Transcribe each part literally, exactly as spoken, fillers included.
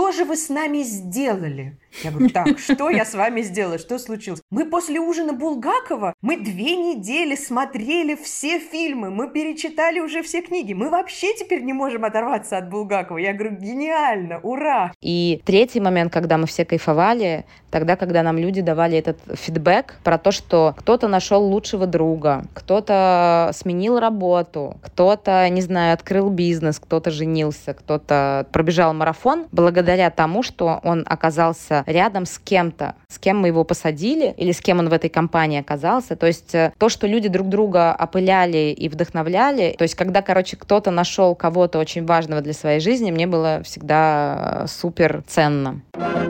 что же вы с нами сделали? Я говорю, так, что я с вами сделала? Что случилось? Мы после ужина Булгакова, мы две недели смотрели все фильмы, мы перечитали уже все книги, мы вообще теперь не можем оторваться от Булгакова. Я говорю, гениально, ура! И третий момент, когда мы все кайфовали, тогда, когда нам люди давали этот фидбэк про то, что кто-то нашел лучшего друга, кто-то сменил работу, кто-то, не знаю, открыл бизнес, кто-то женился, кто-то пробежал марафон, благодаря тому, что он оказался рядом с кем-то, с кем мы его посадили или с кем он в этой компании оказался. То есть то, что люди друг друга опыляли и вдохновляли, то есть когда, короче, кто-то нашел кого-то очень важного для своей жизни, мне было всегда супер ценно.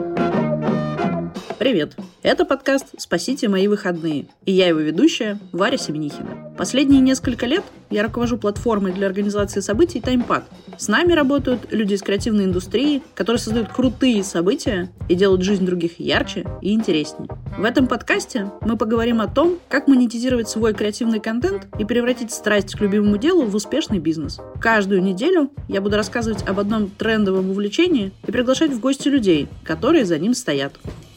Привет! Это подкаст «Спасите мои выходные». И я его ведущая Варя Семенихина. Последние несколько лет я руковожу платформой для организации событий TimePad. С нами работают люди из креативной индустрии, которые создают крутые события и делают жизнь других ярче и интереснее. В этом подкасте мы поговорим о том, как монетизировать свой креативный контент и превратить страсть к любимому делу в успешный бизнес. Каждую неделю я буду рассказывать об одном трендовом увлечении и приглашать в гости людей, которые за ним стоят.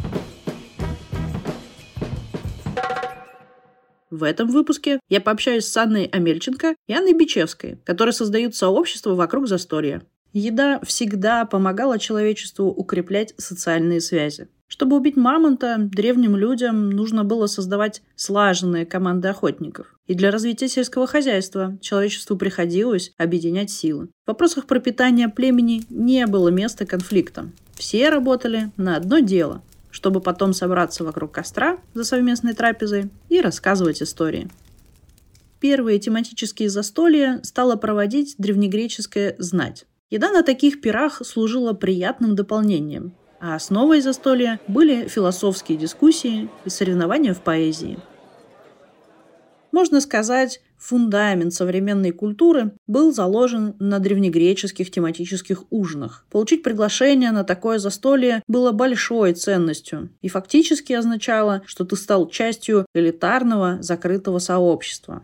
В этом выпуске я пообщаюсь с Анной Амельченко и Анной Бичевской, которые создают сообщество вокруг застолья. Еда всегда помогала человечеству укреплять социальные связи. Чтобы убить мамонта, древним людям нужно было создавать слаженные команды охотников. И для развития сельского хозяйства человечеству приходилось объединять силы. В вопросах пропитания племени не было места конфликтам. Все работали на одно дело, чтобы потом собраться вокруг костра за совместной трапезой и рассказывать истории. Первые тематические застолья стала проводить древнегреческая знать. Еда на таких пирах служила приятным дополнением, а основой застолья были философские дискуссии и соревнования в поэзии. Можно сказать, фундамент современной культуры был заложен на древнегреческих тематических ужинах. Получить приглашение на такое застолье было большой ценностью и фактически означало, что ты стал частью элитарного закрытого сообщества.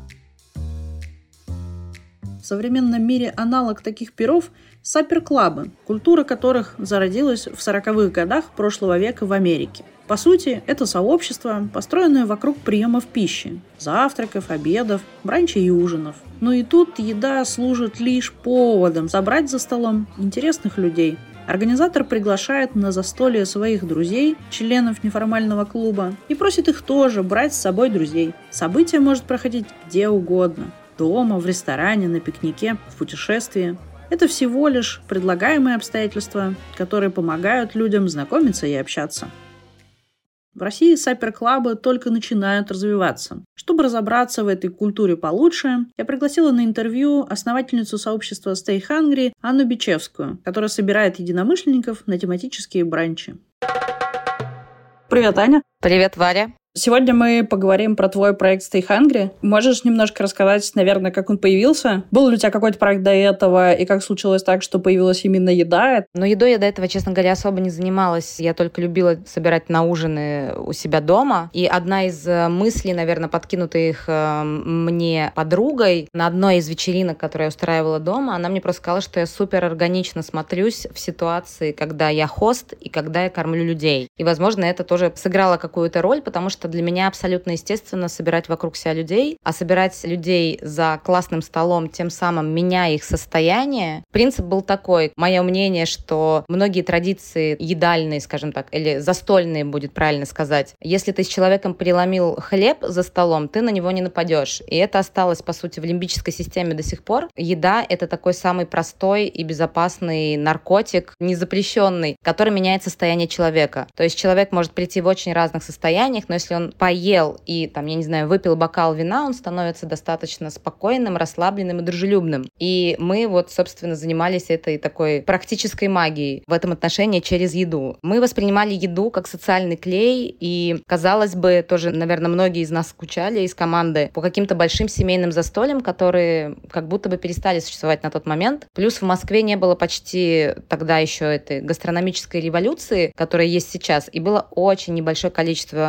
В современном мире аналог таких пиров – сапер-клабы, культура которых зародилась в сороковых годах прошлого века в Америке. По сути, это сообщество, построенное вокруг приемов пищи – завтраков, обедов, бранчей и ужинов. Но и тут еда служит лишь поводом собрать за столом интересных людей. Организатор приглашает на застолье своих друзей, членов неформального клуба, и просит их тоже брать с собой друзей. Событие может проходить где угодно – дома, в ресторане, на пикнике, в путешествии. Это всего лишь предлагаемые обстоятельства, которые помогают людям знакомиться и общаться. В России сапер-клабы только начинают развиваться. Чтобы разобраться в этой культуре получше, я пригласила на интервью основательницу сообщества Stay Hungry Анну Бичевскую, которая собирает единомышленников на тематические бранчи. Привет, Аня. Привет, Варя. Сегодня мы поговорим про твой проект Stay Hungry. Можешь немножко рассказать, наверное, как он появился? Был ли у тебя какой-то проект до этого, и как случилось так, что появилась именно еда? Но едой я до этого, честно говоря, особо не занималась. Я только любила собирать на ужины у себя дома. И одна из мыслей, наверное, подкинутых мне подругой на одной из вечеринок, которую я устраивала дома, она мне просто сказала, что я супер органично смотрюсь в ситуации, когда я хост и когда я кормлю людей. И, возможно, это тоже сыграло какую-то роль, потому что что для меня абсолютно естественно собирать вокруг себя людей, а собирать людей за классным столом, тем самым меняя их состояние. Принцип был такой. Мое мнение, что многие традиции едальные, скажем так, или застольные, будет правильно сказать, если ты с человеком переломил хлеб за столом, ты на него не нападешь. И это осталось, по сути, в лимбической системе до сих пор. Еда — это такой самый простой и безопасный наркотик, незапрещенный, который меняет состояние человека. То есть человек может прийти в очень разных состояниях, но если он поел и, там, я не знаю, выпил бокал вина, он становится достаточно спокойным, расслабленным и дружелюбным. И мы вот, собственно, занимались этой такой практической магией в этом отношении через еду. Мы воспринимали еду как социальный клей, и, казалось бы, тоже, наверное, многие из нас скучали из команды по каким-то большим семейным застольям, которые как будто бы перестали существовать на тот момент. Плюс в Москве не было почти тогда еще этой гастрономической революции, которая есть сейчас, и было очень небольшое количество ресторанов,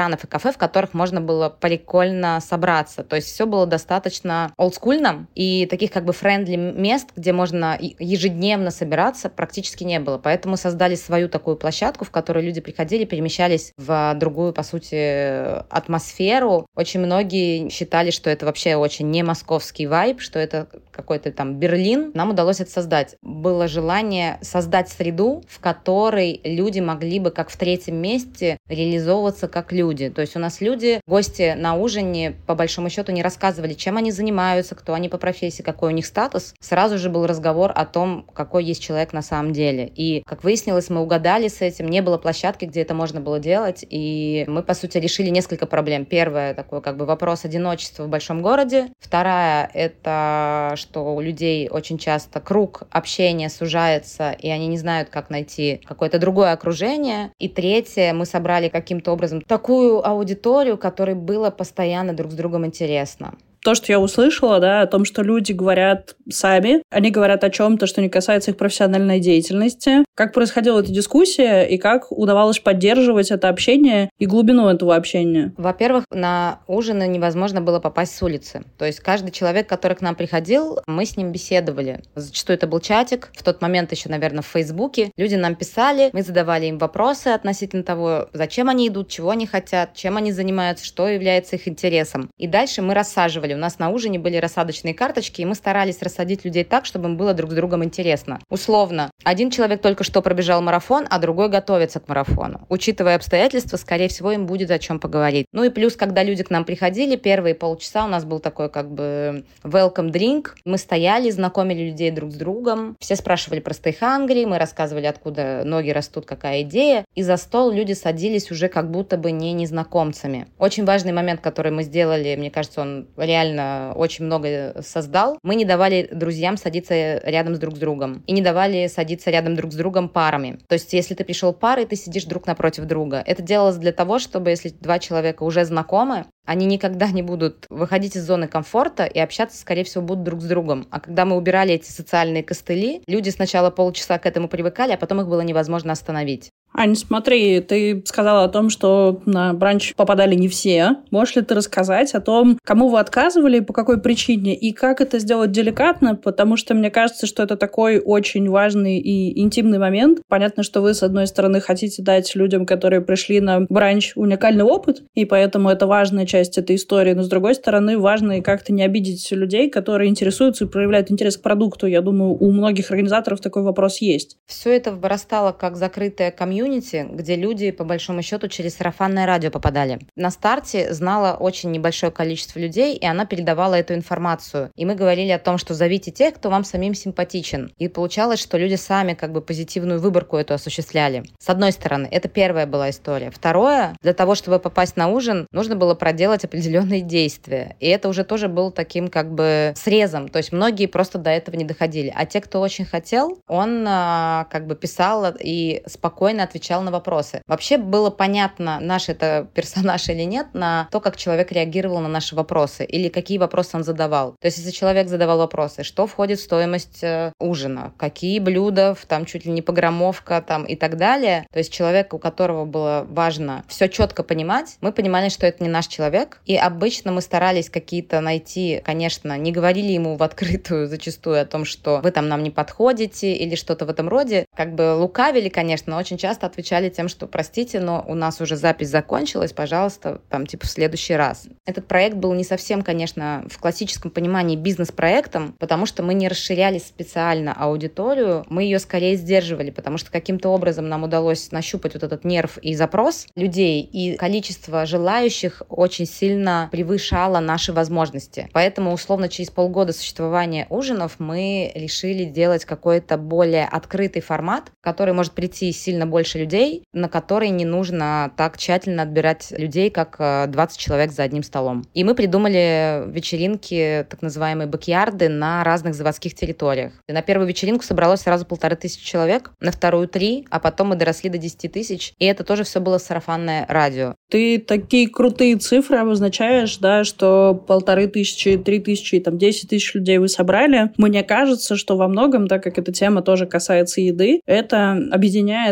ресторанов и кафе, в которых можно было прикольно собраться. То есть все было достаточно олдскульно, и таких как бы френдли мест, где можно ежедневно собираться, практически не было. Поэтому создали свою такую площадку, в которой люди приходили, перемещались в другую, по сути, атмосферу. Очень многие считали, что это вообще очень не московский вайб, что это какой-то там Берлин. Нам удалось это создать. Было желание создать среду, в которой люди могли бы, как в третьем месте, реализовываться как люди. То есть у нас люди, гости на ужине, по большому счету, не рассказывали, чем они занимаются, кто они по профессии, какой у них статус. Сразу же был разговор о том, какой есть человек на самом деле. И, как выяснилось, мы угадали с этим. Не было площадки, где это можно было делать. И мы, по сути, решили несколько проблем. Первое, такой как бы вопрос одиночества в большом городе. Вторая, это что у людей очень часто круг общения сужается, и они не знают, как найти какое-то другое окружение. И третье, мы собрали каким-то образом такую аудиторию, которой было постоянно друг с другом интересно. То, что я услышала, да, о том, что люди говорят сами, они говорят о чем-то, что не касается их профессиональной деятельности. Как происходила эта дискуссия и как удавалось поддерживать это общение и глубину этого общения? Во-первых, на ужины невозможно было попасть с улицы. То есть каждый человек, который к нам приходил, мы с ним беседовали. Зачастую это был чатик, в тот момент еще, наверное, в Фейсбуке. Люди нам писали, мы задавали им вопросы относительно того, зачем они идут, чего они хотят, чем они занимаются, что является их интересом. И дальше мы рассаживали. У нас на ужине были рассадочные карточки, и мы старались рассадить людей так, чтобы им было друг с другом интересно. Условно, один человек только что пробежал марафон, а другой готовится к марафону. Учитывая обстоятельства, скорее всего, им будет о чем поговорить. Ну и плюс, когда люди к нам приходили, первые полчаса у нас был такой как бы welcome drink. Мы стояли, знакомили людей друг с другом. Все спрашивали про Stay Hungry, мы рассказывали, откуда ноги растут, какая идея. И за стол люди садились уже как будто бы не незнакомцами. Очень важный момент, который мы сделали, мне кажется, он реально реально очень много создал. Мы не давали друзьям садиться рядом с друг с другом. И не давали садиться рядом друг с другом парами. То есть, если ты пришел парой, ты сидишь друг напротив друга. Это делалось для того, чтобы, если два человека уже знакомы, они никогда не будут выходить из зоны комфорта и общаться, скорее всего, будут друг с другом. А когда мы убирали эти социальные костыли, люди сначала полчаса к этому привыкали, а потом их было невозможно остановить. Ань, смотри, ты сказала о том, что на бранч попадали не все. Можешь ли ты рассказать о том, кому вы отказывали, по какой причине, и как это сделать деликатно? Потому что мне кажется, что это такой очень важный и интимный момент. Понятно, что вы, с одной стороны, хотите дать людям, которые пришли на бранч, уникальный опыт, и поэтому это важная часть этой истории. Но, с другой стороны, важно и как-то не обидеть людей, которые интересуются и проявляют интерес к продукту. Я думаю, у многих организаторов такой вопрос есть. Все это вырастало как закрытая комьюнити, где люди, по большому счету, через сарафанное радио попадали. На старте знало очень небольшое количество людей, и она передавала эту информацию. И мы говорили о том, что зовите тех, кто вам самим симпатичен. И получалось, что люди сами как бы позитивную выборку эту осуществляли. С одной стороны, это первая была история. Второе, для того, чтобы попасть на ужин, нужно было проделать определенные действия. И это уже тоже был таким как бы срезом. То есть многие просто до этого не доходили. А те, кто очень хотел, он а, как бы писал и спокойно отвечал на вопросы. Вообще было понятно, наш это персонаж или нет, на то, как человек реагировал на наши вопросы или какие вопросы он задавал. То есть если человек задавал вопросы, что входит в стоимость э, ужина, какие блюда, там чуть ли не пограммовка там, и так далее. То есть человек, у которого было важно все четко понимать, мы понимали, что это не наш человек. И обычно мы старались какие-то найти, конечно, не говорили ему в открытую зачастую о том, что вы там нам не подходите или что-то в этом роде. Как бы лукавили, конечно, но очень часто отвечали тем, что простите, но у нас уже запись закончилась, пожалуйста, там типа в следующий раз. Этот проект был не совсем, конечно, в классическом понимании бизнес-проектом, потому что мы не расширяли специально аудиторию, мы ее скорее сдерживали, потому что каким-то образом нам удалось нащупать вот этот нерв и запрос людей, и количество желающих очень сильно превышало наши возможности. Поэтому, условно, через полгода существования ужинов мы решили делать какой-то более открытый формат, который может прийти сильно больше людей, на который не нужно так тщательно отбирать людей, как двадцать человек за одним столом. И мы придумали вечеринки, так называемые бэкьярды, на разных заводских территориях. И на первую вечеринку собралось сразу полторы тысячи человек, на вторую три, а потом мы доросли до десяти тысяч, и это тоже все было сарафанное радио. Ты такие крутые цифры обозначаешь, да, что полторы тысячи, три тысячи, там, десять тысяч людей вы собрали. Мне кажется, что во многом, так как эта тема тоже касается еды, это объединяет каких-то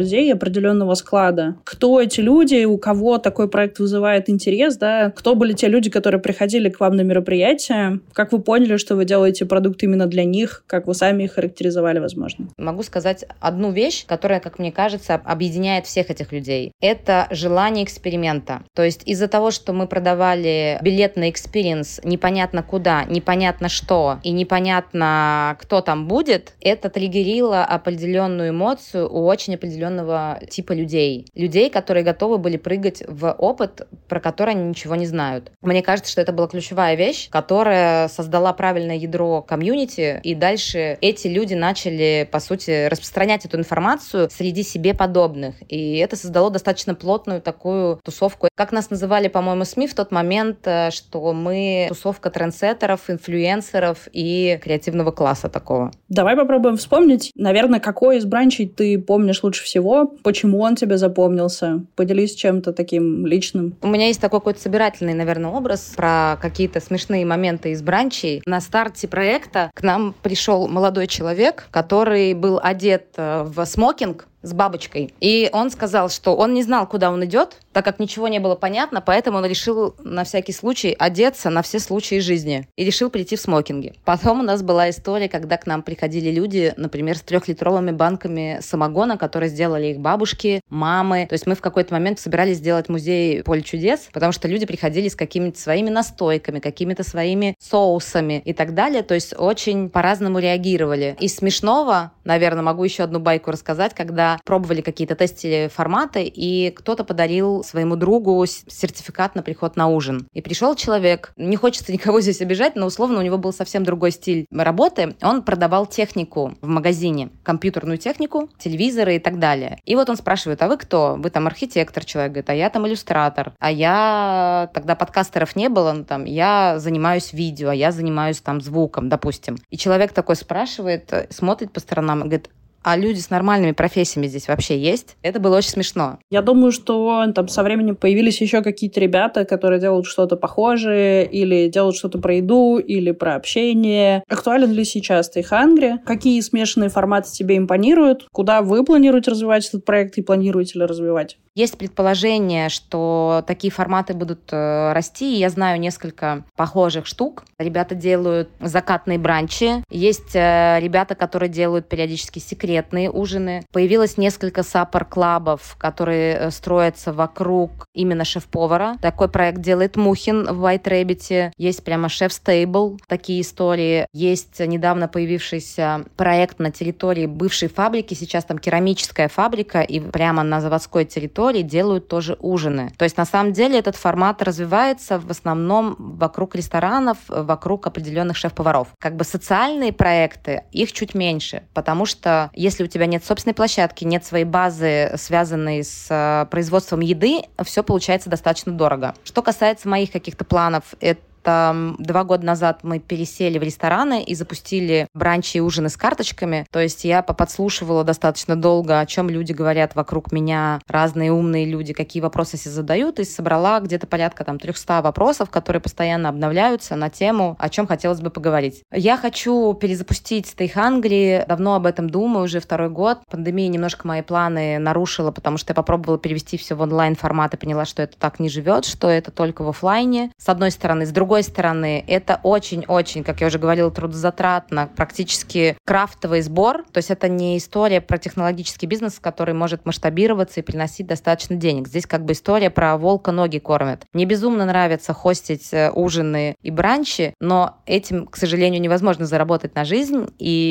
людей определенного склада. Кто эти люди, у кого такой проект вызывает интерес, да? Кто были те люди, которые приходили к вам на мероприятие? Как вы поняли, что вы делаете продукт именно для них? Как вы сами их характеризовали, возможно? Могу сказать одну вещь, которая, как мне кажется, объединяет всех этих людей. Это желание эксперимента. То есть из-за того, что мы продавали билет на экспириенс непонятно куда, непонятно что и непонятно, кто там будет, это триггерило определенную эмоцию у очень определенного типа людей. Людей, которые готовы были прыгать в опыт, про который они ничего не знают. Мне кажется, что это была ключевая вещь, которая создала правильное ядро комьюнити, и дальше эти люди начали, по сути, распространять эту информацию среди себе подобных. И это создало достаточно плотную такую тусовку. Как нас называли, по-моему, СМИ в тот момент, что мы тусовка трендсеттеров, инфлюенсеров и креативного класса такого. Давай попробуем вспомнить. Наверное, какой из бранчей ты помнишь лучше всего? Почему он тебе запомнился? Поделись чем-то таким личным. У меня есть такой какой-то собирательный, наверное, образ про какие-то смешные моменты из бранчей. На старте проекта к нам пришел молодой человек, который был одет в смокинг с бабочкой. И он сказал, что он не знал, куда он идет, так как ничего не было понятно, поэтому он решил на всякий случай одеться на все случаи жизни и решил прийти в смокинге. Потом у нас была история, когда к нам приходили люди, например, с трехлитровыми банками самогона, которые сделали их бабушки, мамы. То есть мы в какой-то момент собирались сделать музей «Поле чудес», потому что люди приходили с какими-то своими настойками, какими-то своими соусами и так далее. То есть очень по-разному реагировали. Из смешного, наверное, могу еще одну байку рассказать, когда пробовали какие-то тестили форматы, и кто-то подарил своему другу сертификат на приход на ужин. И пришел человек, не хочется никого здесь обижать, но условно у него был совсем другой стиль работы. Он продавал технику в магазине, компьютерную технику, телевизоры и так далее. И вот он спрашивает: а вы кто? Вы там архитектор? Человек говорит: а я там иллюстратор. А я... Тогда подкастеров не было, ну, там, я занимаюсь видео, а я занимаюсь там звуком, допустим. И человек такой спрашивает, смотрит по сторонам и говорит: а люди с нормальными профессиями здесь вообще есть? Это было очень смешно. Я думаю, что там со временем появились еще какие-то ребята, которые делают что-то похожее, или делают что-то про еду, или про общение. Актуален ли сейчас Stay Hungry? Какие смешанные форматы тебе импонируют? Куда вы планируете развивать этот проект и планируете ли развивать? Есть предположение, что такие форматы будут э, расти. Я знаю несколько похожих штук. Ребята делают закатные бранчи. Есть э, ребята, которые делают периодически секретные ужины. Появилось несколько саппор-клабов, которые строятся вокруг именно шеф-повара. Такой проект делает Мухин в White Rabbit. Есть прямо шеф-стейбл. Такие истории. Есть недавно появившийся проект на территории бывшей фабрики. Сейчас там керамическая фабрика, и прямо на заводской территории делают тоже ужины. То есть на самом деле этот формат развивается в основном вокруг ресторанов, вокруг определенных шеф-поваров. Как бы социальные проекты, их чуть меньше, потому что если у тебя нет собственной площадки, нет своей базы, связанной с производством еды, все получается достаточно дорого. Что касается моих каких-то планов, это Там, два года назад мы пересели в рестораны и запустили бранчи и ужины с карточками. То есть я поподслушивала достаточно долго, о чем люди говорят вокруг меня, разные умные люди, какие вопросы себе задают, и собрала где-то порядка там триста вопросов, которые постоянно обновляются на тему, о чем хотелось бы поговорить. Я хочу перезапустить Stay Hungry, давно об этом думаю, уже второй год. Пандемия немножко мои планы нарушила, потому что я попробовала перевести все в онлайн-формат и поняла, что это так не живет, что это только в офлайне. С одной стороны. С другой С другой стороны, это очень-очень, как я уже говорила, трудозатратно, практически крафтовый сбор. То есть это не история про технологический бизнес, который может масштабироваться и приносить достаточно денег. Здесь как бы история про волка ноги кормят. Мне безумно нравится хостить ужины и бранчи, но этим, к сожалению, невозможно заработать на жизнь,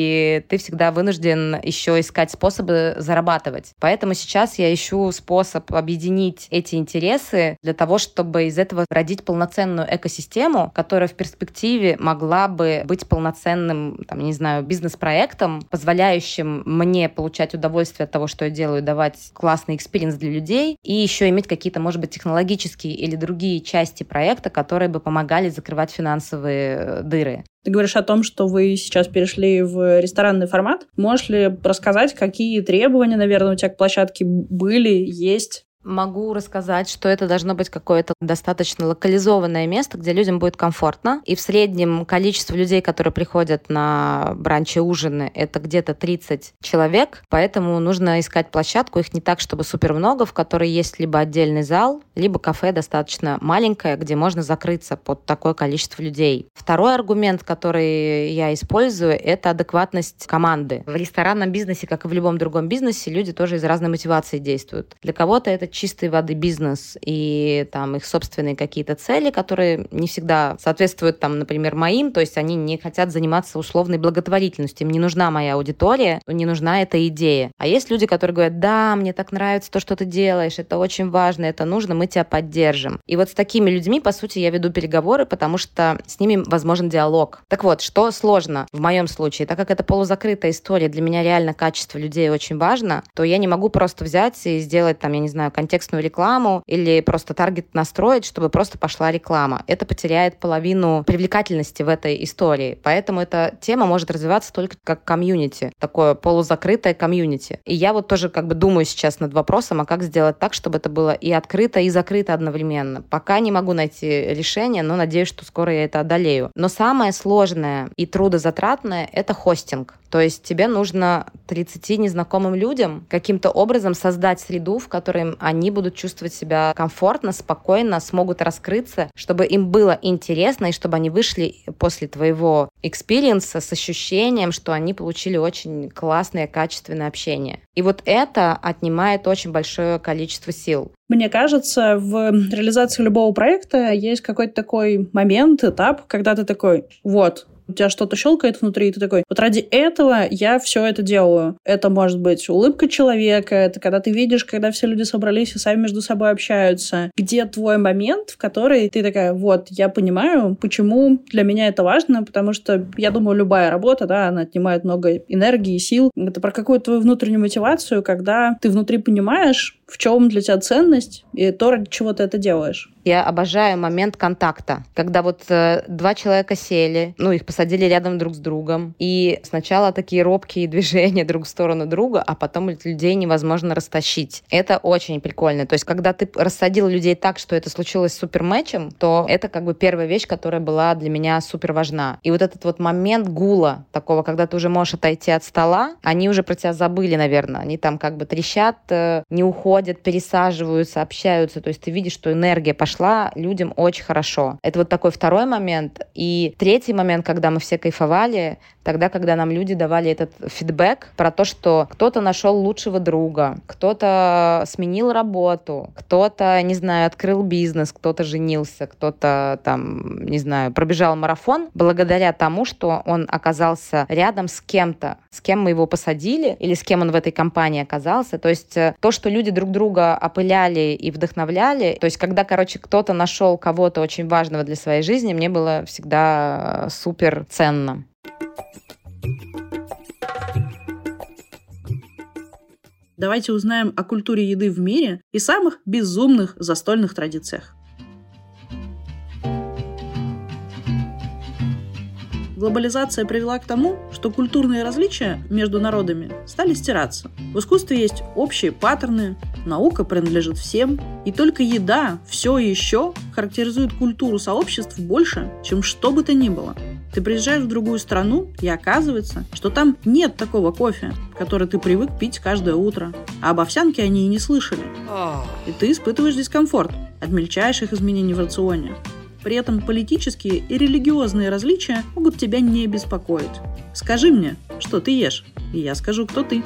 и ты всегда вынужден еще искать способы зарабатывать. Поэтому сейчас я ищу способ объединить эти интересы для того, чтобы из этого родить полноценную экосистему, которая в перспективе могла бы быть полноценным, там, не знаю, бизнес-проектом, позволяющим мне получать удовольствие от того, что я делаю, давать классный экспириенс для людей, и еще иметь какие-то, может быть, технологические или другие части проекта, которые бы помогали закрывать финансовые дыры. Ты говоришь о том, что вы сейчас перешли в ресторанный формат. Можешь ли рассказать, какие требования, наверное, у тебя к площадке были, есть? Могу рассказать, что это должно быть какое-то достаточно локализованное место, где людям будет комфортно. И в среднем количество людей, которые приходят на бранчи, ужины, это где-то тридцать человек. Поэтому нужно искать площадку. Их не так, чтобы супер много, в которой есть либо отдельный зал, либо кафе достаточно маленькое, где можно закрыться под такое количество людей. Второй аргумент, который я использую, это адекватность команды. В ресторанном бизнесе, как и в любом другом бизнесе, люди тоже из разной мотивации действуют. Для кого-то это чистой воды бизнес и там их собственные какие-то цели, которые не всегда соответствуют, там, например, моим, то есть они не хотят заниматься условной благотворительностью, им не нужна моя аудитория, не нужна эта идея. А есть люди, которые говорят: да, мне так нравится то, что ты делаешь, это очень важно, это нужно, мы тебя поддержим. И вот с такими людьми, по сути, я веду переговоры, потому что с ними возможен диалог. Так вот, что сложно в моем случае, так как это полузакрытая история, для меня реально качество людей очень важно, то я не могу просто взять и сделать, там, я не знаю, контекстную рекламу или просто таргет настроить, чтобы просто пошла реклама. Это потеряет половину привлекательности в этой истории. Поэтому эта тема может развиваться только как комьюнити, такое полузакрытое комьюнити. И я вот тоже как бы думаю сейчас над вопросом, а как сделать так, чтобы это было и открыто, и закрыто одновременно. Пока не могу найти решение, но надеюсь, что скоро я это одолею. Но самое сложное и трудозатратное — это хостинг. То есть тебе нужно тридцати незнакомым людям каким-то образом создать среду, в которой они будут чувствовать себя комфортно, спокойно, смогут раскрыться, чтобы им было интересно, и чтобы они вышли после твоего экспириенса с ощущением, что они получили очень классное, качественное общение. И вот это отнимает очень большое количество сил. Мне кажется, в реализации любого проекта есть какой-то такой момент, этап, когда ты такой: вот, у тебя что-то щелкает внутри, и ты такой: вот ради этого я все это делаю. Это может быть улыбка человека, это когда ты видишь, когда все люди собрались и сами между собой общаются. Где твой момент, в который ты такая: вот, я понимаю, почему для меня это важно, потому что, я думаю, любая работа, да, она отнимает много энергии и сил. Это про какую-то твою внутреннюю мотивацию, когда ты внутри понимаешь, в чем для тебя ценность и то, ради чего ты это делаешь. Я обожаю момент контакта, когда вот э, два человека сели, ну, их посадили рядом друг с другом, и сначала такие робкие движения друг в сторону друга, а потом людей невозможно растащить. Это очень прикольно. То есть, когда ты рассадил людей так, что это случилось супермэтчем, то это как бы первая вещь, которая была для меня супер важна. И вот этот вот момент гула такого, когда ты уже можешь отойти от стола, они уже про тебя забыли, наверное. Они там как бы трещат, э, не уходят, пересаживаются, общаются. То есть ты видишь, что энергия пошла шла людям очень хорошо. Это вот такой второй момент. И третий момент, когда мы все кайфовали, тогда, когда нам люди давали этот фидбэк про то, что кто-то нашел лучшего друга, кто-то сменил работу, кто-то, не знаю, открыл бизнес, кто-то женился, кто-то там, не знаю, пробежал марафон благодаря тому, что он оказался рядом с кем-то, с кем мы его посадили или с кем он в этой компании оказался. То есть то, что люди друг друга опыляли и вдохновляли, то есть когда, короче, кто-то нашел кого-то очень важного для своей жизни, мне было всегда супер ценно. Давайте узнаем о культуре еды в мире и самых безумных застольных традициях. Глобализация привела к тому, что культурные различия между народами стали стираться. В искусстве есть общие паттерны, наука принадлежит всем, и только еда все еще характеризует культуру сообществ больше, чем что бы то ни было. Ты приезжаешь в другую страну, и оказывается, что там нет такого кофе, который ты привык пить каждое утро, а об овсянке они и не слышали. И ты испытываешь дискомфорт от мельчайших изменений в рационе. При этом политические и религиозные различия могут тебя не беспокоить. Скажи мне, что ты ешь, и я скажу, кто ты.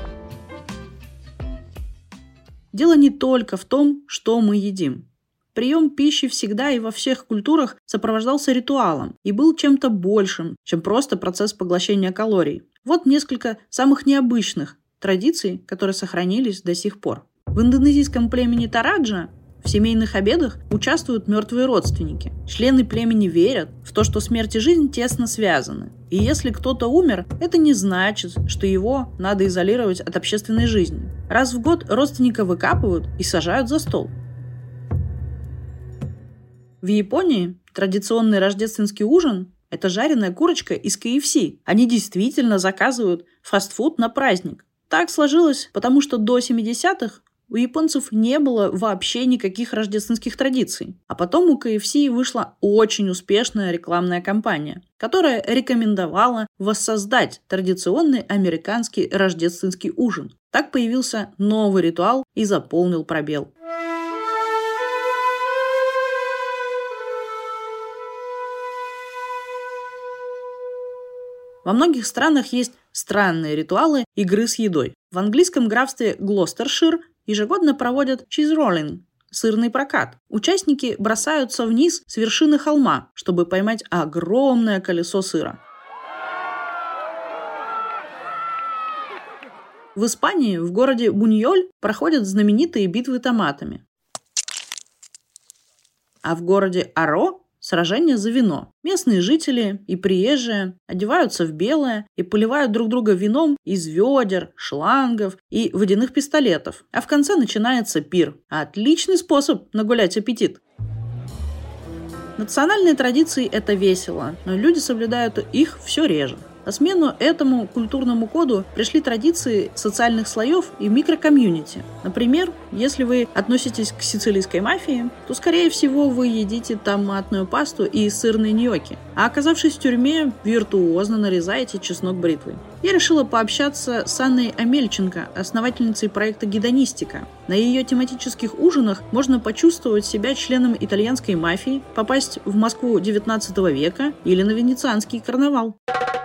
Дело не только в том, что мы едим. Прием пищи всегда и во всех культурах сопровождался ритуалом и был чем-то большим, чем просто процесс поглощения калорий. Вот несколько самых необычных традиций, которые сохранились до сих пор. В индонезийском племени Тораджа в семейных обедах участвуют мертвые родственники. Члены племени верят в то, что смерть и жизнь тесно связаны. И если кто-то умер, это не значит, что его надо изолировать от общественной жизни. Раз в год родственника выкапывают и сажают за стол. В Японии традиционный рождественский ужин – это жареная курочка из кей эф си. Они действительно заказывают фастфуд на праздник. Так сложилось, потому что до семидесятых У японцев не было вообще никаких рождественских традиций. А потом у кей эф си вышла очень успешная рекламная кампания, которая рекомендовала воссоздать традиционный американский рождественский ужин. Так появился новый ритуал и заполнил пробел. Во многих странах есть странные ритуалы игры с едой. В английском графстве Глостершир ежегодно проводят чизроллинг – сырный прокат. Участники бросаются вниз с вершины холма, чтобы поймать огромное колесо сыра. В Испании, в городе Буньоль, проходят знаменитые битвы томатами. А в городе Аро – сражение за вино. Местные жители и приезжие одеваются в белое и поливают друг друга вином из ведер, шлангов и водяных пистолетов. А в конце начинается пир. Отличный способ нагулять аппетит. Национальные традиции – это весело, но люди соблюдают их все реже. На смену этому культурному коду пришли традиции социальных слоев и микрокомьюнити. Например, если вы относитесь к сицилийской мафии, то, скорее всего, вы едите томатную пасту и сырные ньокки, а оказавшись в тюрьме, виртуозно нарезаете чеснок бритвой. Я решила пообщаться с Анной Амельченко, основательницей проекта «Гедонистика». На ее тематических ужинах можно почувствовать себя членом итальянской мафии, попасть в Москву девятнадцатого века или на венецианский карнавал.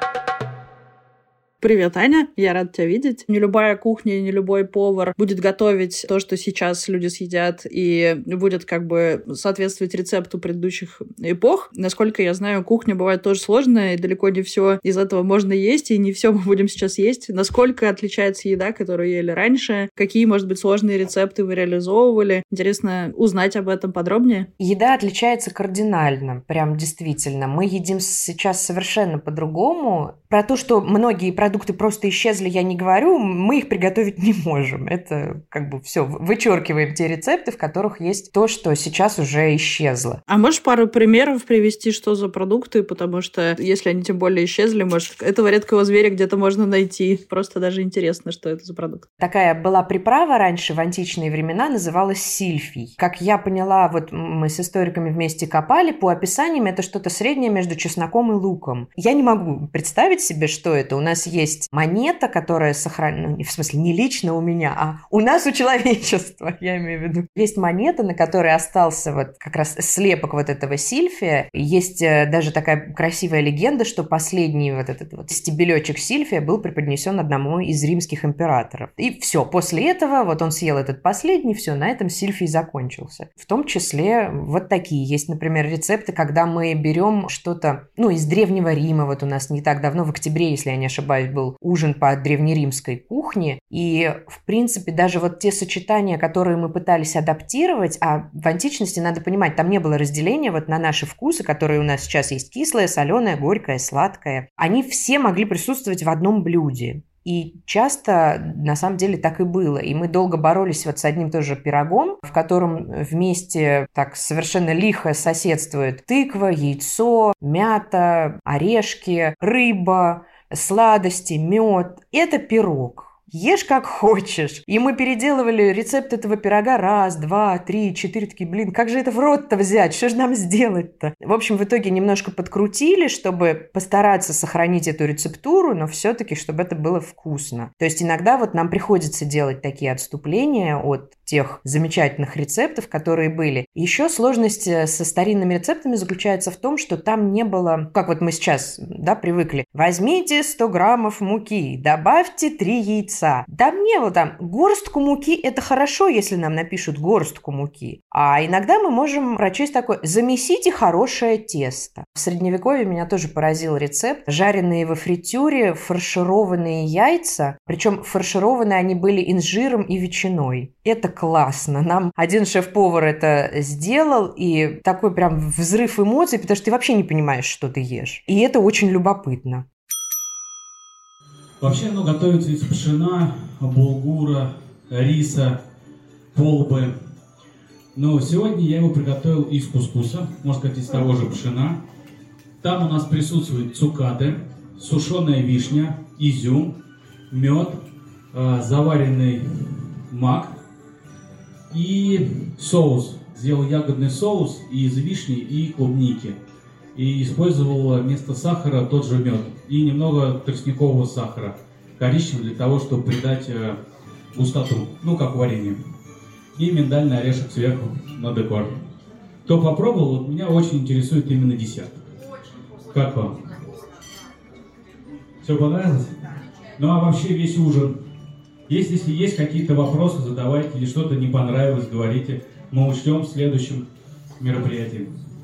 Привет, Аня, я рада тебя видеть. Не любая кухня, не любой повар будет готовить то, что сейчас люди съедят, и будет как бы соответствовать рецепту предыдущих эпох. Насколько я знаю, кухня бывает тоже сложная, и далеко не все из этого можно есть, и не все мы будем сейчас есть. Насколько отличается еда, которую ели раньше? Какие, может быть, сложные рецепты вы реализовывали? Интересно узнать об этом подробнее. Еда отличается кардинально, прям действительно. Мы едим сейчас совершенно по-другому. Про то, что многие продукты Продукты просто исчезли, я не говорю, мы их приготовить не можем. Это как бы все, вычеркиваем те рецепты, в которых есть то, что сейчас уже исчезло. А можешь пару примеров привести, что за продукты? Потому что если они тем более исчезли, может, этого редкого зверя где-то можно найти. Просто даже интересно, что это за продукт. Такая была приправа раньше, в античные времена, называлась сильфий. Как я поняла, вот мы с историками вместе копали, по описаниям это что-то среднее между чесноком и луком. Я не могу представить себе, что это. У нас есть Есть монета, которая сохранена, ну, в смысле, не лично у меня, а у нас, у человечества, я имею в виду. Есть монета, на которой остался вот как раз слепок вот этого сильфия. Есть даже такая красивая легенда, что последний вот этот вот стебелечек сильфия был преподнесен одному из римских императоров. И все, после этого вот он съел этот последний, все, на этом сильфий закончился. В том числе вот такие. Есть, например, рецепты, когда мы берем что-то, ну, из Древнего Рима, вот у нас не так давно, в октябре, если я не ошибаюсь, был ужин по древнеримской кухне, и, в принципе, даже вот те сочетания, которые мы пытались адаптировать, а в античности, надо понимать, там не было разделения вот на наши вкусы, которые у нас сейчас есть кислое, соленое, горькое, сладкое, они все могли присутствовать в одном блюде. И часто, на самом деле, так и было. И мы долго боролись вот с одним тоже пирогом, в котором вместе так совершенно лихо соседствует тыква, яйцо, мята, орешки, рыба, сладости, мед. Это пирог. Ешь как хочешь. И мы переделывали рецепт этого пирога раз, два, три, четыре. Такие, блин, как же это в рот-то взять? Что же нам сделать-то? В общем, в итоге немножко подкрутили, чтобы постараться сохранить эту рецептуру, но все-таки, чтобы это было вкусно. То есть иногда вот нам приходится делать такие отступления от тех замечательных рецептов, которые были. Еще сложность со старинными рецептами заключается в том, что там не было, как вот мы сейчас, да, привыкли. Возьмите сто граммов муки, добавьте три яйца. Да мне вот там горстку муки – это хорошо, если нам напишут горстку муки. А иногда мы можем прочесть такое: замесите хорошее тесто. В Средневековье меня тоже поразил рецепт. Жареные во фритюре фаршированные яйца. Причем фаршированные они были инжиром и ветчиной. Это классно. Нам один шеф-повар это сделал, и такой прям взрыв эмоций, потому что ты вообще не понимаешь, что ты ешь. И это очень любопытно. Вообще оно готовится из пшена, булгура, риса, полбы. Но сегодня я его приготовил из кускуса, можно сказать, из того же пшена. Там у нас присутствуют цукаты, сушеная вишня, изюм, мед, заваренный мак, И соус. Сделал ягодный соус из вишни и клубники. И использовал вместо сахара тот же мед. И немного тростникового сахара. Коричневого для того, чтобы придать э, густоту. Ну, как варенье. И миндальный орешек сверху на декор. Кто попробовал, вот меня очень интересует именно десерт. Как вам? Все понравилось? Ну, а вообще весь ужин. Если, если есть какие-то вопросы, задавайте. Или что-то не понравилось, говорите. Мы учтем в следующем мероприятии.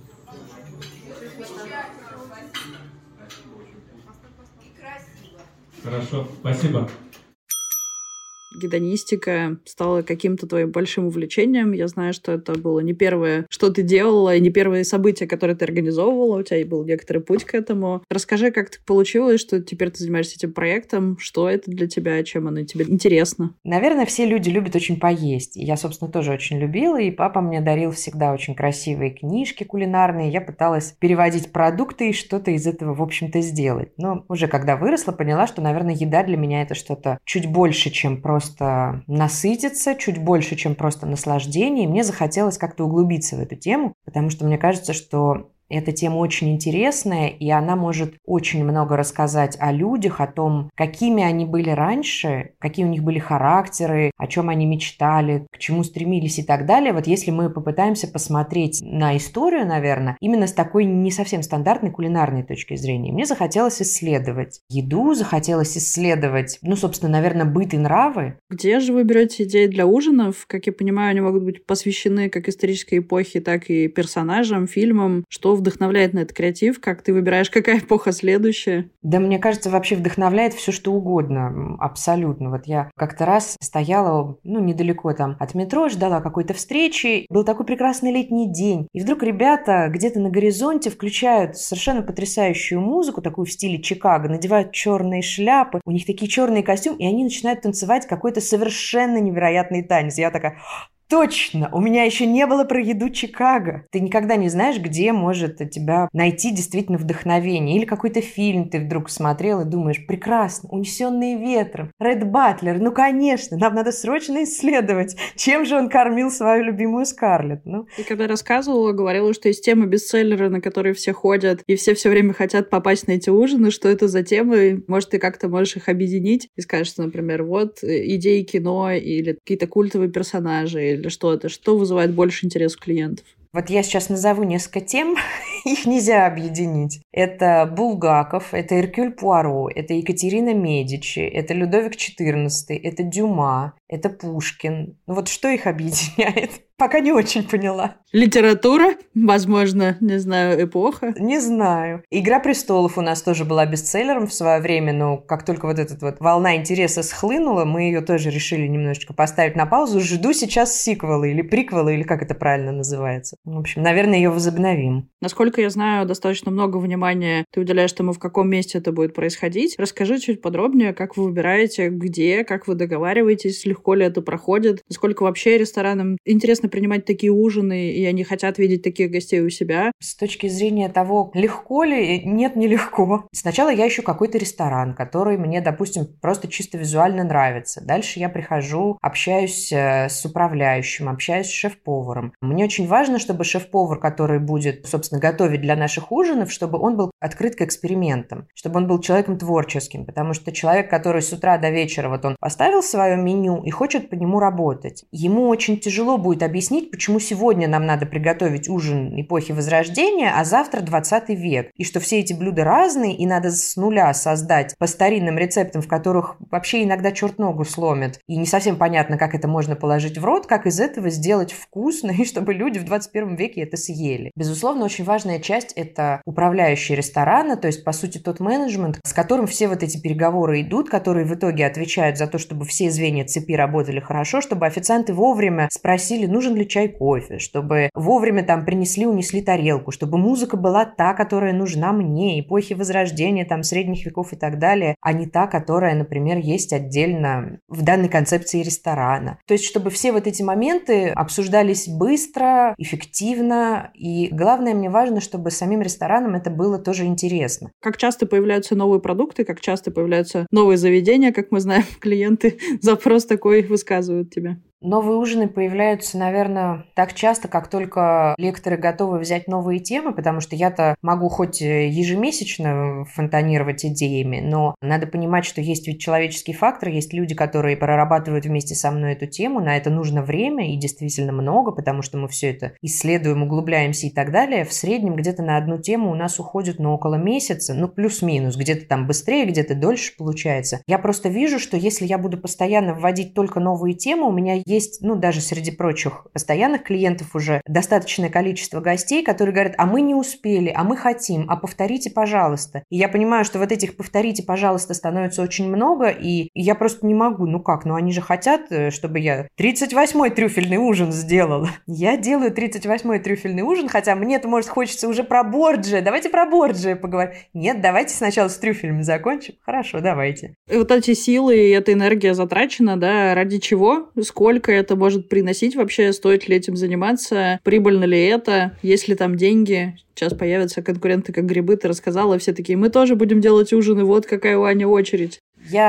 Хорошо, спасибо. Гедонистика стала каким-то твоим большим увлечением. Я знаю, что это было не первое, что ты делала, и не первые события, которые ты организовывала. У тебя и был некоторый путь к этому. Расскажи, как так получилось, что теперь ты занимаешься этим проектом, что это для тебя, чем оно тебе интересно? Наверное, все люди любят очень поесть. И я, собственно, тоже очень любила, и папа мне дарил всегда очень красивые книжки кулинарные. Я пыталась переводить продукты и что-то из этого, в общем-то, сделать. Но уже когда выросла, поняла, что, наверное, еда для меня это что-то чуть больше, чем просто просто насытиться, чуть больше, чем просто наслаждение. И мне захотелось как-то углубиться в эту тему, потому что мне кажется, что эта тема очень интересная, и она может очень много рассказать о людях, о том, какими они были раньше, какие у них были характеры, о чем они мечтали, к чему стремились и так далее. Вот если мы попытаемся посмотреть на историю, наверное, именно с такой не совсем стандартной кулинарной точки зрения, мне захотелось исследовать еду, захотелось исследовать, ну, собственно, наверное, быт и нравы. Где же вы берете идеи для ужинов? Как я понимаю, они могут быть посвящены как исторической эпохе, так и персонажам, фильмам. Что вдохновляет на этот креатив? Как ты выбираешь, какая эпоха следующая? Да, мне кажется, вообще вдохновляет все, что угодно. Абсолютно. Вот я как-то раз стояла, ну, недалеко там от метро, ждала какой-то встречи. Был такой прекрасный летний день. И вдруг ребята где-то на горизонте включают совершенно потрясающую музыку, такую в стиле Чикаго, надевают черные шляпы, у них такие черные костюмы, и они начинают танцевать какой-то совершенно невероятный танец. Я такая... Точно! У меня еще не было про еду Чикаго. Ты никогда не знаешь, где может тебя найти действительно вдохновение. Или какой-то фильм ты вдруг смотрел и думаешь, прекрасно, «Унесенные ветром», Ред Батлер, ну, конечно, нам надо срочно исследовать, чем же он кормил свою любимую Скарлетт. Ну. И когда рассказывала, говорила, что есть темы бестселлера, на которые все ходят, и все все время хотят попасть на эти ужины, что это за темы, может, ты как-то можешь их объединить и скажешь, что, например, вот идеи кино или какие-то культовые персонажи, или что-то, что вызывает больше интерес у клиентов? Вот я сейчас назову несколько тем, их нельзя объединить. Это Булгаков, это Эркюль Пуаро, это Екатерина Медичи, это Людовик четырнадцатый, это Дюма, это Пушкин. Ну вот что их объединяет? Пока не очень поняла. Литература? Возможно, не знаю, эпоха? Не знаю. «Игра престолов» у нас тоже была бестселлером в свое время, но как только вот эта вот волна интереса схлынула, мы ее тоже решили немножечко поставить на паузу. Жду сейчас сиквелы или приквелы, или как это правильно называется. В общем, наверное, ее возобновим. Насколько я знаю, достаточно много внимания ты уделяешь тому, в каком месте это будет происходить. Расскажи чуть подробнее, как вы выбираете, где, как вы договариваетесь, легко ли это проходит, насколько вообще ресторанам интересно принимать такие ужины, и они хотят видеть таких гостей у себя. С точки зрения того, легко ли, нет, нелегко. Сначала я ищу какой-то ресторан, который мне, допустим, просто чисто визуально нравится. Дальше я прихожу, общаюсь с управляющим, общаюсь с шеф-поваром. Мне очень важно, чтобы шеф-повар, который будет, собственно, готовить для наших ужинов, чтобы он был открыт к экспериментам, чтобы он был человеком творческим, потому что человек, который с утра до вечера, вот он поставил свое меню и хочет по нему работать, ему очень тяжело будет объяснить, объяснить, почему сегодня нам надо приготовить ужин эпохи Возрождения, а завтра двадцатый век. И что все эти блюда разные, и надо с нуля создать по старинным рецептам, в которых вообще иногда черт ногу сломит. И не совсем понятно, как это можно положить в рот, как из этого сделать вкусно, и чтобы люди в двадцать первом веке это съели. Безусловно, очень важная часть – это управляющий ресторана, то есть, по сути, тот менеджмент, с которым все вот эти переговоры идут, которые в итоге отвечают за то, чтобы все звенья цепи работали хорошо, чтобы официанты вовремя спросили, нужен ли чай, кофе, чтобы вовремя там принесли, унесли тарелку, чтобы музыка была та, которая нужна мне, эпохи Возрождения, там, средних веков и так далее, а не та, которая, например, есть отдельно в данной концепции ресторана. То есть, чтобы все вот эти моменты обсуждались быстро, эффективно, и главное, мне важно, чтобы самим ресторанам это было тоже интересно. Как часто появляются новые продукты, как часто появляются новые заведения, как мы знаем, клиенты запрос такой высказывают тебе? Новые ужины появляются, наверное, так часто, как только лекторы готовы взять новые темы, потому что я-то могу хоть ежемесячно фонтанировать идеями, но надо понимать, что есть ведь человеческий фактор, есть люди, которые прорабатывают вместе со мной эту тему, на это нужно время и действительно много, потому что мы все это исследуем, углубляемся и так далее. В среднем где-то на одну тему у нас уходит, ну, около месяца, ну, плюс-минус, где-то там быстрее, где-то дольше получается. Я просто вижу, что если я буду постоянно вводить только новые темы, у меня есть, ну, даже среди прочих постоянных клиентов уже достаточное количество гостей, которые говорят, а мы не успели, а мы хотим, а повторите, пожалуйста. И я понимаю, что вот этих «повторите, пожалуйста» становится очень много, и я просто не могу, ну как, ну они же хотят, чтобы я тридцать восьмой трюфельный ужин сделала. Я делаю тридцать восьмой трюфельный ужин, хотя мне-то, может, хочется уже про Борджиа. Давайте про Борджиа поговорим. Нет, давайте сначала с трюфелями закончим. Хорошо, давайте. И вот эти силы и эта энергия затрачена, да, ради чего? Сколько это может приносить вообще? Стоит ли этим заниматься? Прибыльно ли это? Есть ли там деньги? Сейчас появятся конкуренты, как грибы, ты рассказала, все такие, мы тоже будем делать ужины, вот какая у Ани очередь.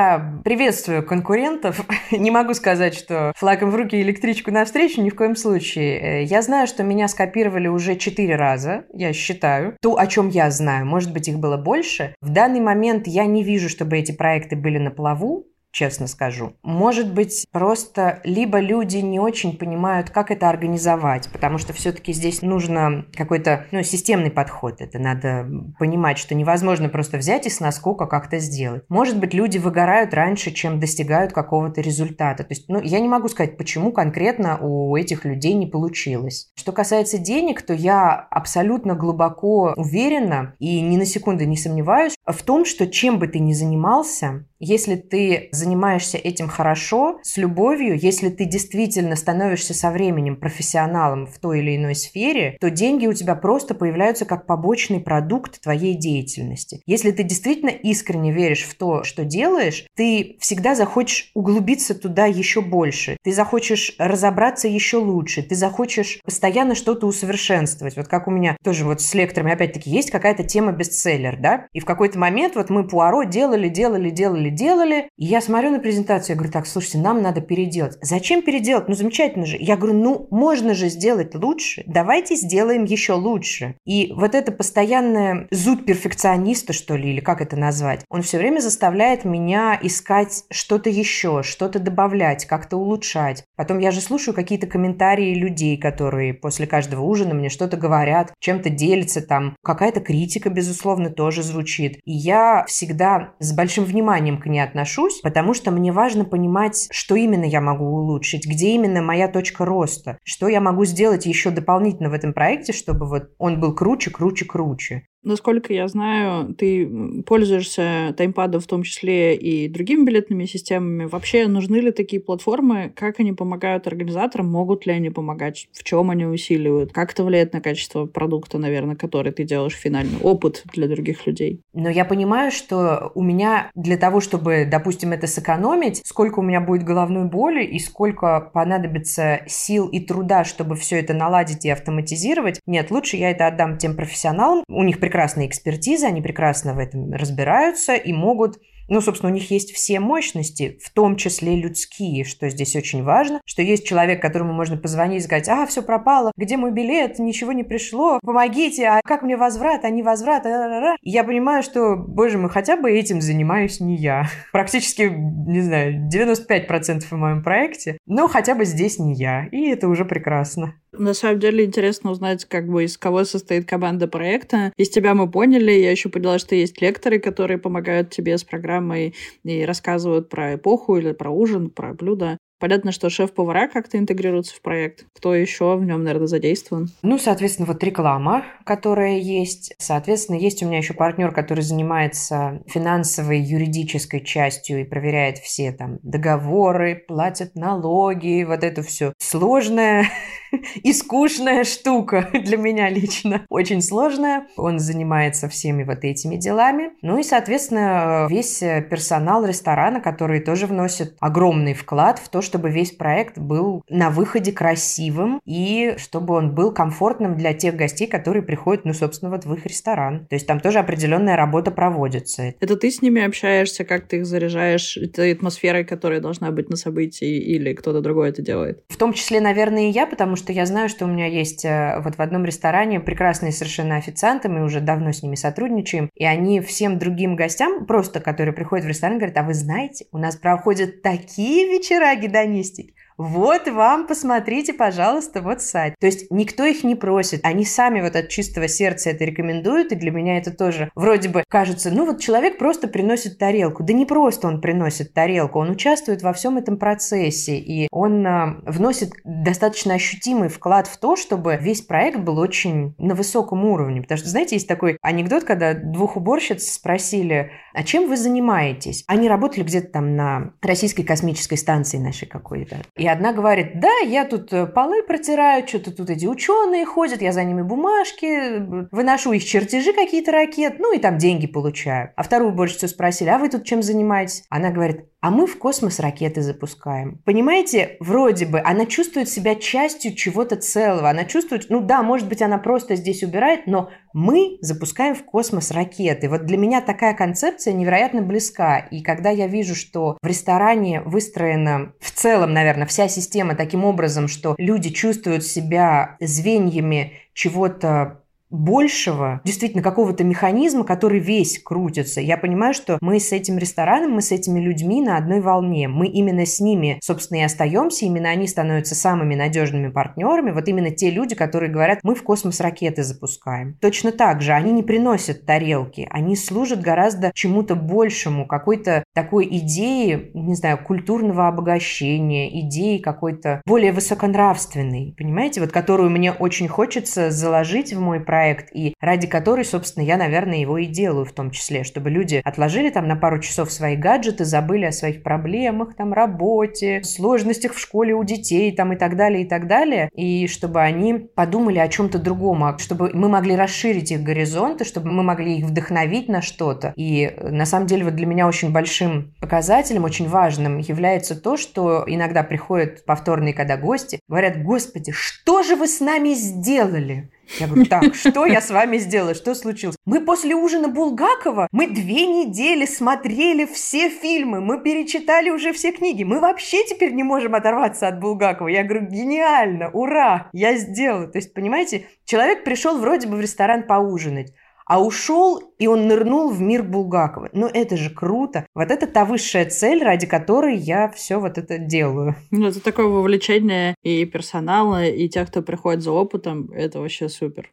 Я приветствую конкурентов. Не могу сказать, что флагом в руки и электричку навстречу, ни в коем случае. Я знаю, что меня скопировали уже четыре раза, я считаю. То, о чем я знаю, может быть, их было больше. В данный момент я не вижу, чтобы эти проекты были на плаву, честно скажу. Может быть, просто либо люди не очень понимают, как это организовать, потому что все-таки здесь нужно какой-то, ну, системный подход. Это надо понимать, что невозможно просто взять и с наскока как-то сделать. Может быть, люди выгорают раньше, чем достигают какого-то результата. То есть, ну, я не могу сказать, почему конкретно у этих людей не получилось. Что касается денег, то я абсолютно глубоко уверена и ни на секунду не сомневаюсь в том, что чем бы ты ни занимался, если ты занимаешься этим хорошо, с любовью, если ты действительно становишься со временем профессионалом в той или иной сфере, то деньги у тебя просто появляются как побочный продукт твоей деятельности. Если ты действительно искренне веришь в то, что делаешь, ты всегда захочешь углубиться туда еще больше, ты захочешь разобраться еще лучше, ты захочешь постоянно что-то усовершенствовать. Вот как у меня тоже вот с лекторами, опять-таки, есть какая-то тема бестселлер, да, и в какой-то момент вот мы Пуаро делали, делали, делали, делали, и я смотрю на презентацию, я говорю, так, слушайте, нам надо переделать. Зачем переделать? Ну, замечательно же. Я говорю, ну, можно же сделать лучше, давайте сделаем еще лучше. И вот это постоянное зуд перфекциониста, что ли, или как это назвать, он все время заставляет меня искать что-то еще, что-то добавлять, как-то улучшать. Потом я же слушаю какие-то комментарии людей, которые после каждого ужина мне что-то говорят, чем-то делятся там, какая-то критика, безусловно, тоже звучит. И я всегда с большим вниманием к ней отношусь, потому что мне важно понимать, что именно я могу улучшить, где именно моя точка роста, что я могу сделать еще дополнительно в этом проекте, чтобы вот он был круче, круче, круче. Насколько я знаю, ты пользуешься таймпадом в том числе и другими билетными системами. Вообще, нужны ли такие платформы? Как они помогают организаторам? Могут ли они помогать? В чем они усиливают? Как это влияет на качество продукта, наверное, который ты делаешь финальный? Опыт для других людей? Но я понимаю, что у меня для того, чтобы, допустим, это сэкономить, сколько у меня будет головной боли и сколько понадобится сил и труда, чтобы все это наладить и автоматизировать. Нет, лучше я это отдам тем профессионалам. У них прекрасная экспертиза, они прекрасно в этом разбираются и могут... Ну, собственно, у них есть все мощности, в том числе людские, что здесь очень важно, что есть человек, которому можно позвонить и сказать, а, все пропало, где мой билет, ничего не пришло, помогите, а как мне возврат, а не возврат, а-ра-ра-ра. И я понимаю, что, боже мой, хотя бы этим занимаюсь не я. Практически, не знаю, девяносто пять процентов в моем проекте, но хотя бы здесь не я, и это уже прекрасно. На самом деле интересно узнать, как бы из кого состоит команда проекта. Из тебя мы поняли, я еще поняла, что есть лекторы, которые помогают тебе с программой и рассказывают про эпоху или про ужин, про блюда. Понятно, что шеф-повара как-то интегрируются в проект. Кто еще в нем, наверное, задействован? Ну, соответственно, вот реклама, которая есть. Соответственно, есть у меня еще партнер, который занимается финансовой, юридической частью и проверяет все там договоры, платит налоги, вот это все сложное. и скучная штука для меня лично. Очень сложная. Он занимается всеми вот этими делами. Ну и, соответственно, весь персонал ресторана, который тоже вносит огромный вклад в то, чтобы весь проект был на выходе красивым и чтобы он был комфортным для тех гостей, которые приходят, ну, собственно, вот в их ресторан. То есть там тоже определенная работа проводится. Это ты с ними общаешься, как ты их заряжаешь этой атмосферой, которая должна быть на событии, или кто-то другой это делает? В том числе, наверное, и я, потому что я знаю, что у меня есть вот в одном ресторане прекрасные совершенно официанты, мы уже давно с ними сотрудничаем, и они всем другим гостям, просто которые приходят в ресторан, говорят: а вы знаете, у нас проходят такие вечера гедонистики. Вот вам, посмотрите, пожалуйста, вот сайт. То есть никто их не просит, они сами вот от чистого сердца это рекомендуют, и для меня это тоже вроде бы кажется, ну вот человек просто приносит тарелку. Да не просто он приносит тарелку, он участвует во всем этом процессе, и он э, вносит достаточно ощутимый вклад в то, чтобы весь проект был очень на высоком уровне. Потому что, знаете, есть такой анекдот, когда двух уборщиц спросили: а чем вы занимаетесь? Они работали где-то там на российской космической станции нашей какой-то. И одна говорит: да, я тут полы протираю, что-то тут эти ученые ходят, я за ними бумажки, выношу их чертежи какие-то ракет, ну и там деньги получаю. А вторую уборщицу спросили: а вы тут чем занимаетесь? Она говорит: а мы в космос ракеты запускаем. Понимаете, вроде бы она чувствует себя частью чего-то целого. Она чувствует, ну да, может быть, она просто здесь убирает, но мы запускаем в космос ракеты. Вот для меня такая концепция невероятно близка. И когда я вижу, что в ресторане выстроена в целом, наверное, вся система таким образом, что люди чувствуют себя звеньями чего-то большего, действительно какого-то механизма, который весь крутится. Я понимаю, что мы с этим рестораном, мы с этими людьми на одной волне. Мы именно с ними, собственно, и остаемся. Именно они становятся самыми надежными партнерами. Вот именно те люди, которые говорят: мы в космос ракеты запускаем. Точно так же они не приносят тарелки. Они служат гораздо чему-то большему, какой-то такой идеи, не знаю, культурного обогащения, идеи какой-то более высоконравственной, понимаете, вот которую мне очень хочется заложить в мой проект, проект, и ради которой, собственно, я, наверное, его и делаю в том числе, чтобы люди отложили там на пару часов свои гаджеты, забыли о своих проблемах, там, работе, сложностях в школе у детей, там, и так далее, и так далее, и чтобы они подумали о чем-то другом, чтобы мы могли расширить их горизонты, чтобы мы могли их вдохновить на что-то. И на самом деле вот для меня очень большим показателем, очень важным является то, что иногда приходят повторные, когда гости, говорят: господи, что же вы с нами сделали? Я говорю: так, что я с вами сделала? Что случилось? Мы после ужина Булгакова, мы две недели смотрели все фильмы, мы перечитали уже все книги, мы вообще теперь не можем оторваться от Булгакова. Я говорю: гениально, ура, я сделала. То есть, понимаете, человек пришел вроде бы в ресторан поужинать, а ушел, и он нырнул в мир Булгакова. Ну, это же круто. Вот это та высшая цель, ради которой я все вот это делаю. Ну, это такое вовлечение и персонала, и тех, кто приходит за опытом. Это вообще супер.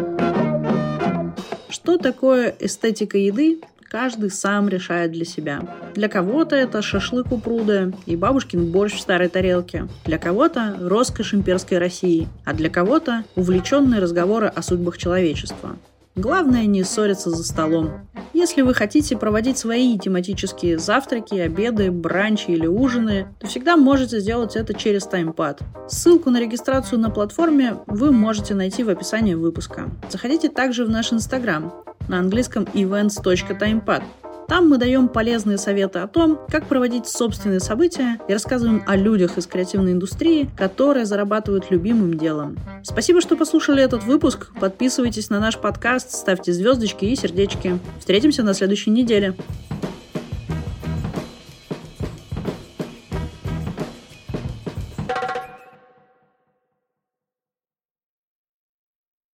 Что такое эстетика еды? Каждый сам решает для себя. Для кого-то это шашлык у пруда и бабушкин борщ в старой тарелке. Для кого-то роскошь имперской России. А для кого-то увлеченные разговоры о судьбах человечества. Главное не ссориться за столом. Если вы хотите проводить свои тематические завтраки, обеды, бранчи или ужины, то всегда можете сделать это через Таймпад. Ссылку на регистрацию на платформе вы можете найти в описании выпуска. Заходите также в наш Инстаграм на английском events точка таймпад. Там мы даем полезные советы о том, как проводить собственные события и рассказываем о людях из креативной индустрии, которые зарабатывают любимым делом. Спасибо, что послушали этот выпуск. Подписывайтесь на наш подкаст, ставьте звездочки и сердечки. Встретимся на следующей неделе.